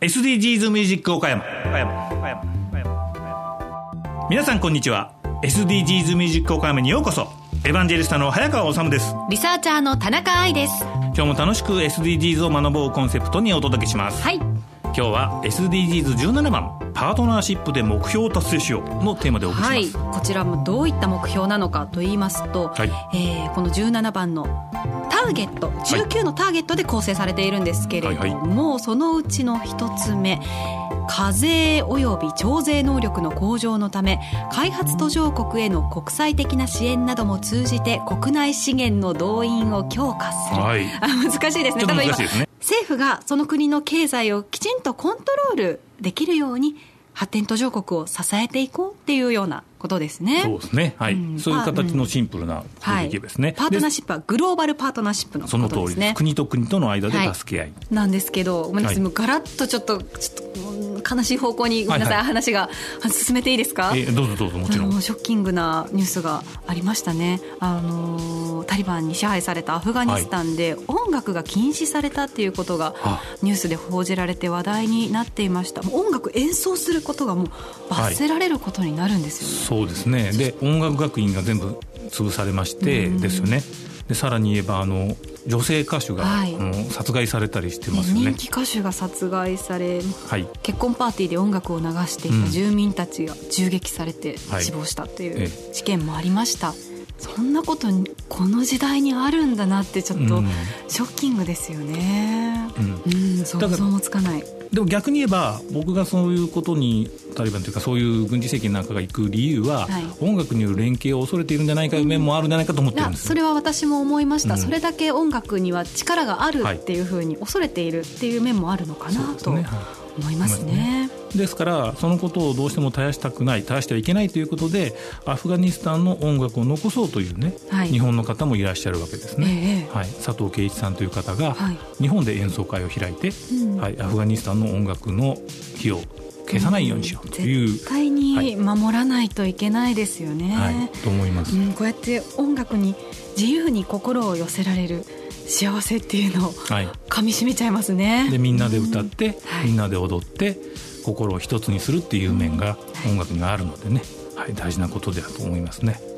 SDGs ミュージック岡山。皆さんこんにちは。 SDGs ミュージック岡山にようこそ。エヴァンジェリスタの早川治です。 リサーチャーの田中愛です。 今日も楽しく SDGs を学ぼうコンセプトにお届けします。 はい。 今日は SDGs17 番パートナーシップで目標を達成しようのテーマでお送りします。 はい、こちらもどういった目標なのかと言いますと、 はいこの17番のターゲット、19のターゲットで構成されているんですけれども、そのうちの一つ目、課税及び徴税能力の向上のため開発途上国への国際的な支援なども通じて国内資源の動員を強化する、 はい、 難しいですね。 ちょっと難しいですね。 政府がその国の経済をきちんとコントロールできるように発展途上国を支えていこうっていうようなことですね。 そうですね、はい、そういう形のシンプルなことでいけばですね、 パートナーシップはグローバルパートナーシップのことですね。 その通りです。国と国との間で助け合い、 なんですけど、もうガラッとちょっと悲しい方向にごめんなさい、話が進めていいですか。 どうぞどうぞ。もちろんショッキングなニュースがありましたね。タリバンに支配されたアフガニスタンで音楽が禁止されたっていうことがニュースで報じられて話題になっていました。もう音楽演奏することがもう罰せられることになるんですよね。 そうですね。で音楽学院が全部潰されましてですよね。でさらに言えば女性歌手が、殺害されたりしてますよね。 人気歌手が殺害され、 はい、 結婚パーティーで音楽を流していた住民たちが銃撃されて死亡したという事件もありました。そんなことこの時代にあるんだなってちょっとショッキングですよね。想像もつかない。 でも逆に言えば僕がそういうことにタリバンというかそういう軍事政権なんかが行く理由は、音楽による連携を恐れているんじゃないかという面もあるんじゃないかと思ってるんですよ。 それは私も思いました。それだけ音楽には力があるっていうふうに恐れているっていう面もあるのかなと思いますね。 ですからそのことをどうしても絶やしたくない、絶やしてはいけないということでアフガニスタンの音楽を残そうというね、日本の方もいらっしゃるわけですね。佐藤圭一さんという方が日本で演奏会を開いて、アフガニスタンの音楽の火を消さないようにしようという、 絶対に守らないといけないですよね。 と思います。 こうやって音楽に自由に心を寄せられる幸せっていうのを噛み締めちゃいますね。 でみんなで歌って、みんなで踊って心を一つにするっていう面が音楽にはあるのでね、大事なことだと思いますね。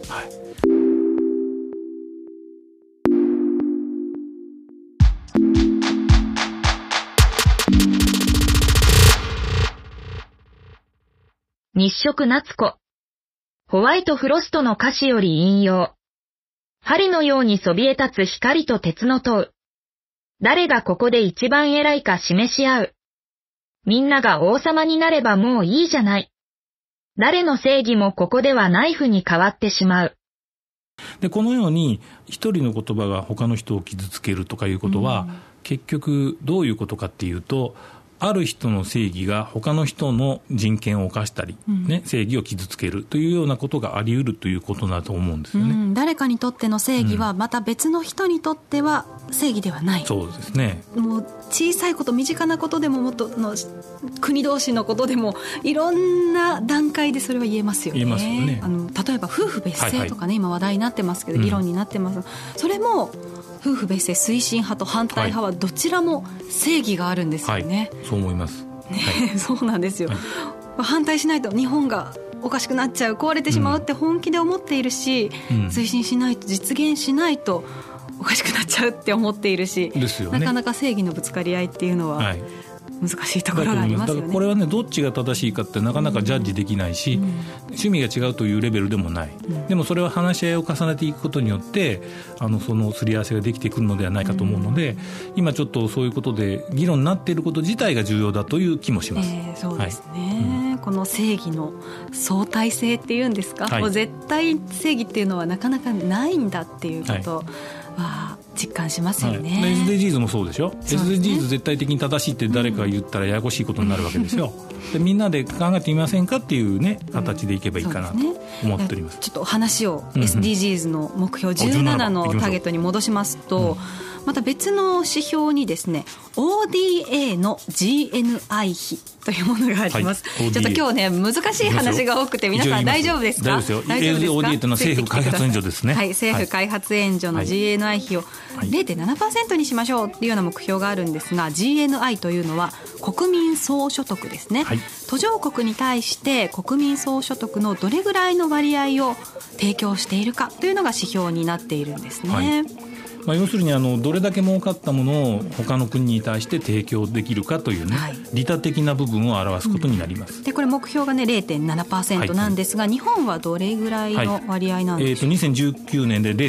日食夏子。ホワイトフロストの歌詞より引用。針のようにそびえ立つ光と鉄の塔。誰がここで一番偉いか示し合う。みんなが王様になればもういいじゃない。誰の正義もここではナイフに変わってしまう。 でこのように一人の言葉が他の人を傷つけるとかいうことは、結局どういうことかっていうと、ある人の正義が他の人の人権を侵したり、正義を傷つけるというようなことがあり得るということだと思うんですよね。 誰かにとっての正義はまた別の人にとっては正義ではない。 そうですね。 もう小さいこと、身近なことでも、もっとの国同士のことでもいろんな段階でそれは言えますよね。 言えますよね。 例えば夫婦別姓とかね、今話題になってますけど、議論になってます。それも夫婦別姓推進派と反対派はどちらも正義があるんですよね。 そう思います、 そうなんですよ、反対しないと日本がおかしくなっちゃう、壊れてしまうって本気で思っているし、推進しないと、実現しないとおかしくなっちゃうって思っているし、 ですよね。 なかなか正義のぶつかり合いっていうのは難しいところがありますよね。 だからこれはね、どっちが正しいかってなかなかジャッジできないし、趣味が違うというレベルでもない、でもそれは話し合いを重ねていくことによってそのすり合わせができてくるのではないかと思うので、今ちょっとそういうことで議論になっていること自体が重要だという気もします。 そうですね、この正義の相対性っていうんですか、もう絶対正義っていうのはなかなかないんだっていうことは実感しますよね。 SDGs もそうでしょ。SDGs 絶対的に正しいって誰かが言ったらややこしいことになるわけですよ。でみんなで考えてみませんかっていうね、形でいけばいいかなと思っております。 ちょっと話を SDGs の目標17のターゲットに戻しますと、 また別の指標にですね ODA の GNI 比というものがあります、はい、ちょっと今日ね難しい話が多くて皆さん大丈夫ですか？ 大丈夫ですよ。 ODA というのは政府開発援助ですね。 はい、政府開発援助の GNI 比を 0.7% にしましょうっていうような目標があるんですが、 GNI というのは国民総所得ですね、はい、途上国に対して国民総所得のどれぐらいの割合を提供しているかというのが指標になっているんですね、はい。 要するにどれだけ儲かったものを他の国に対して提供できるかというね、はい、利他的な部分を表すことになります、 でこれ目標がね 0.7% なんですが、はい、日本はどれぐらいの割合なんでしょうか？ 2019年で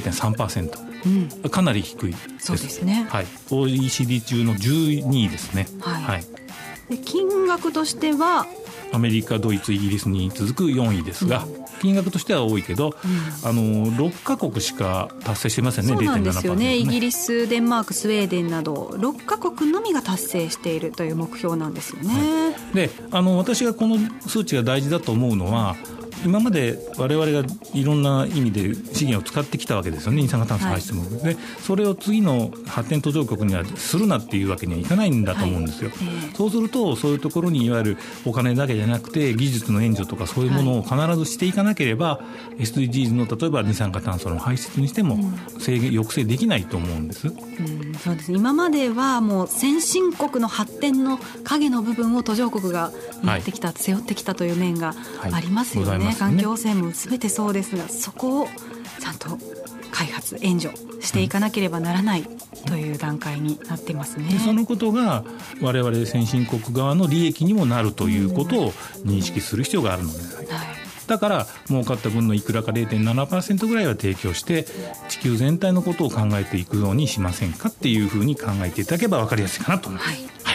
0.3%、かなり低いです。 そうですね、 はい、OECD 中の12位ですね、 はいはい。で金額としてはアメリカ、ドイツ、イギリスに続く4位ですが、金額としては多いけど、6カ国しか達成してませんね。 そうなんですよね。イギリス、デンマーク、スウェーデンなど6カ国のみが達成しているという目標なんですよね、はい。で私がこの数値が大事だと思うのは、今まで我々がいろんな意味で資源を使ってきたわけですよね、二酸化炭素排出も、はい、でそれを次の発展途上国にはするなっていうわけにはいかないんだと思うんですよ、はい。そうするとそういうところにいわゆるお金だけじゃなくて技術の援助とかそういうものを必ずしていかなければ、はい、SDGs の例えば二酸化炭素の排出にしても抑制できないと思うんです、 そうです。今まではもう先進国の発展の影の部分を途上国がやってきた、はい、背負ってきたという面がありますよね、はい。環境汚染も全てそうですが、そこをちゃんと開発援助していかなければならないという段階になってますね。 でそのことが我々先進国側の利益にもなるということを認識する必要があるのではないか、はい。だから儲かった分のいくらか 0.7% ぐらいは提供して地球全体のことを考えていくようにしませんかっていうふうに考えていただければ分かりやすいかなと思います、はいはい。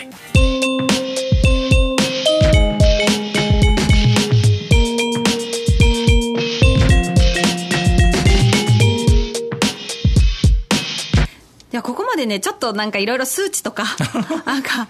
いやここまでねちょっとなんかいろいろ数値とかなんか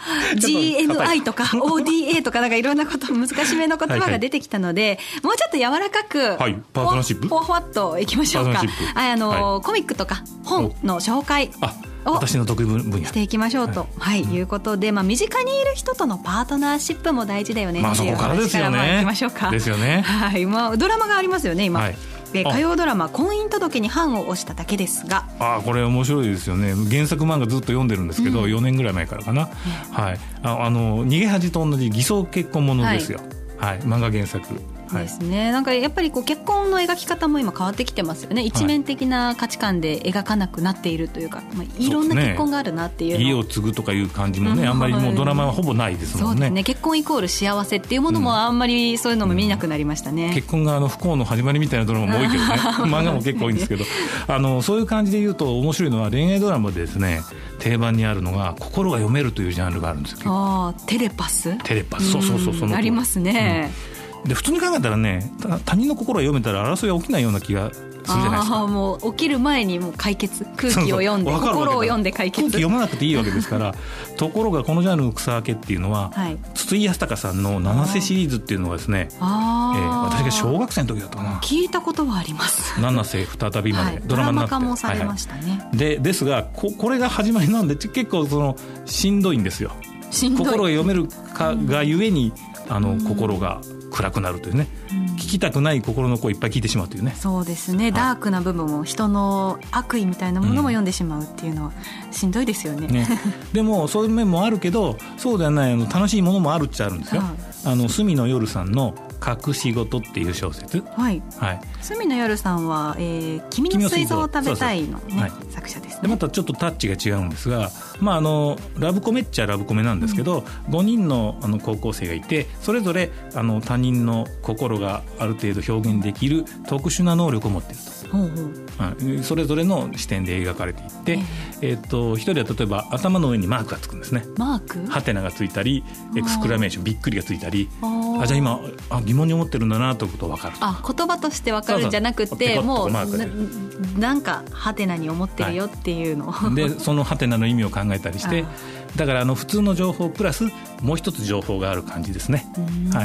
GNI とか ODA とかなんかいろんなこと難しめの言葉が出てきたので、はいはい、もうちょっと柔らかく、 はい、パートナーシップふわふわっといきましょうか。コミックとか本の紹介を私の得意分野していきましょうと、はいはい、いうことで、身近にいる人とのパートナーシップも大事だよねっていう話からいきましょうか。 ですよね、 はい。ドラマがありますよね今、はい。火曜ドラマ婚姻届に判を押しただけですが、 これ面白いですよね。原作漫画ずっと読んでるんですけど、4年ぐらい前からかな、はい。逃げ恥と同じ偽装結婚ものですよ、はいはい、漫画原作ですね。なんかやっぱり結婚の描き方も今変わってきてますよね。一面的な価値観で描かなくなっているというか、いろんな結婚があるなっていうの、 家を継ぐとかいう感じもね、あんまりもうドラマはほぼないですもんね。 そうですね。結婚イコール幸せっていうものもあんまりそういうのも見なくなりましたね、 結婚が不幸の始まりみたいなドラマも多いけどね漫画も結構多いんですけどそういう感じで言うと面白いのは恋愛ドラマでですね、定番にあるのが心が読めるというジャンルがあるんですよ。 テレパス、 そうありますね、 で普通に考えたらね、他人の心が読めたら争いは起きないような気がするじゃないですか。 もう起きる前にもう解決、空気を読んで心を読んで解決、 空気読まなくていいわけですからところがこのジャンルの草分けっていうのは、はい、筒井康隆さんの七瀬シリーズっていうのがですね、私が小学生の時だったかな、 聞いたことはあります。 七瀬再びまで、はい、ドラマになってドラマ化もされましたね、 はいはい、ですがこれが始まりなんで結構しんどいんですよ。心が読めるかがゆえに心が暗くなるというね、聞きたくない心の声いっぱい聞いてしまうというね。 そうですね、ダークな部分も人の悪意みたいなものも読んでしまうっていうのはしんどいですよ ねでもそういう面もあるけど、そうではない楽しいものもあるっちゃあるんですよ、はい。隅野夜さんの隠し事っていう小説、 はいはい、隅野夜さんは、君の膵臓を食べたいの、ね、はい、作者ですね。 でまたちょっとタッチが違うんですが、ラブコメっちゃラブコメなんですけど、5人の、高校生がいて、それぞれ他人の心がある程度表現できる特殊な能力を持っていると。それぞれの視点で描かれていって、一人は例えば頭の上にマークがつくんですね。 マーク？ ハテナがついたりエクスクラメーションびっくりがついたり、じゃあ今疑問に思ってるんだなということが分かると。 言葉として分かるんじゃなくて、もうなんかハテナに思ってるよっていうの、 はい、でそのハテナの意味を考えたりして、だから普通の情報プラスもう一つ情報がある感じですね、はい。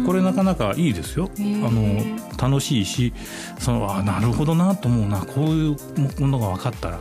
これなかなかいいですよ。楽しいし、なるほどなと思うな、こういうものが分かったら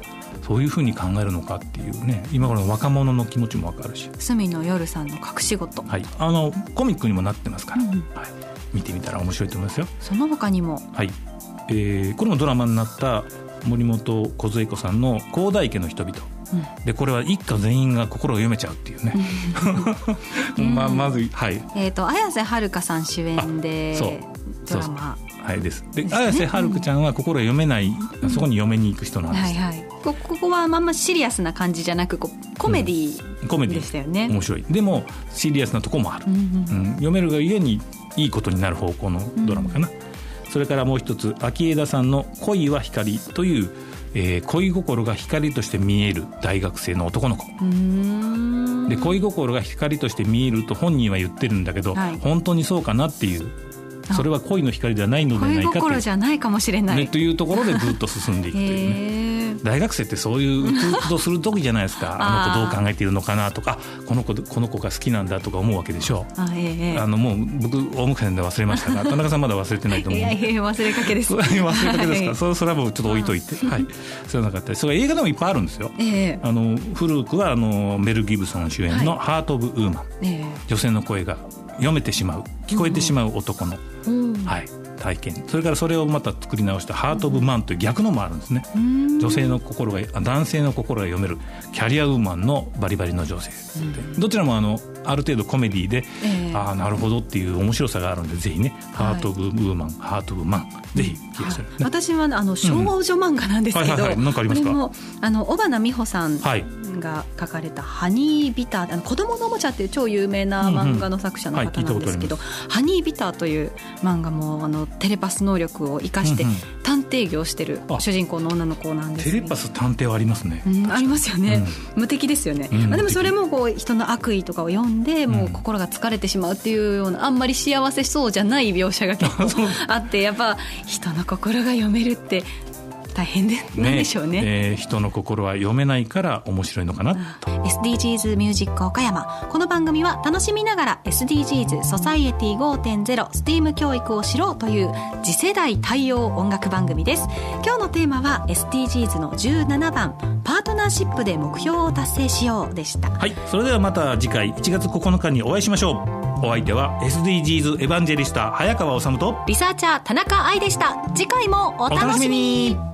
そういうふうに考えるのかっていうね、今頃の若者の気持ちも分かるし。 隅野夜さんの隠し事、 はい、コミックにもなってますから、はい、見てみたら面白いと思いますよ。 その他にも、 はい、これもドラマになった森本梢子さんの広大家の人々、でこれは一家全員が心を読めちゃうっていうねまず、はい、 綾瀬はるかさん主演でドラマはいです。で、綾瀬はるかちゃんは心を読めない、そこに嫁に行く人なんです、 はいはい、ここはあんまシリアスな感じじゃなくコメディでしたよね。 面白い。でもシリアスなとこもある、読めるがゆえにいいことになる方向のドラマかな、それからもう一つ、秋枝さんの恋は光という、恋心が光として見える大学生の男の子で、恋心が光として見えると本人は言ってるんだけど、はい、本当にそうかなっていう、それは恋の光ではないのではないかっていう、 恋心じゃないかもしれない、 ね、というところでずっと進んでいくというね大学生ってそういううつうつとする時じゃないですかあの子どう考えているのかなとか、この子が好きなんだとか思うわけでしょう。もう僕大昔で忘れましたが田中さんまだ忘れてないと思う。いや忘れかけです忘れかけですか、それはもうちょっと置いといて、はい、それはなかったり、それは映画でもいっぱいあるんですよ、古くはメル・ギブソン主演のハート・オブ・ウーマン、女性の声が読めてしまう、聞こえてしまう男の、はい、体験、それからそれをまた作り直したハート・オブ・マンという逆のもあるんですね。女性の心が男性の心が読めるキャリアウーマンのバリバリの女性、どちらもある程度コメディで、なるほどっていう面白さがあるんで、ぜひね、ハート・オブ・ウーマン、ハート・オブ・マン、ぜひいらっしゃる、ね、 私は少女漫画なんですけど、 何かありますか。 これも尾花美穂さんが書かれたハニービター、子供のおもちゃっていう超有名な漫画の作者の方なんですけど、ハニービターという漫画もテレパス能力を生かして探偵業をしてる主人公の女の子なんです、ね、 テレパス探偵はありますね、 ありますよね、無敵ですよね、でもそれも人の悪意とかを読んでもう心が疲れてしまうっていうような、あんまり幸せそうじゃない描写が結構あって、やっぱ人の心が読めるって大変なんでしょうね。 人の心は読めないから面白いのかなと。 SDGs ミュージック岡山、この番組は楽しみながら SDGs ソサイエティ 5.0 STEAM 教育を知ろうという次世代対応音楽番組です。今日のテーマは SDGs の17番パートナーシップで目標を達成しようでした。 はい、それではまた次回1月9日にお会いしましょう。お相手は SDGs エヴァンジェリスタ早川治とリサーチャー田中愛でした。次回もお楽しみに。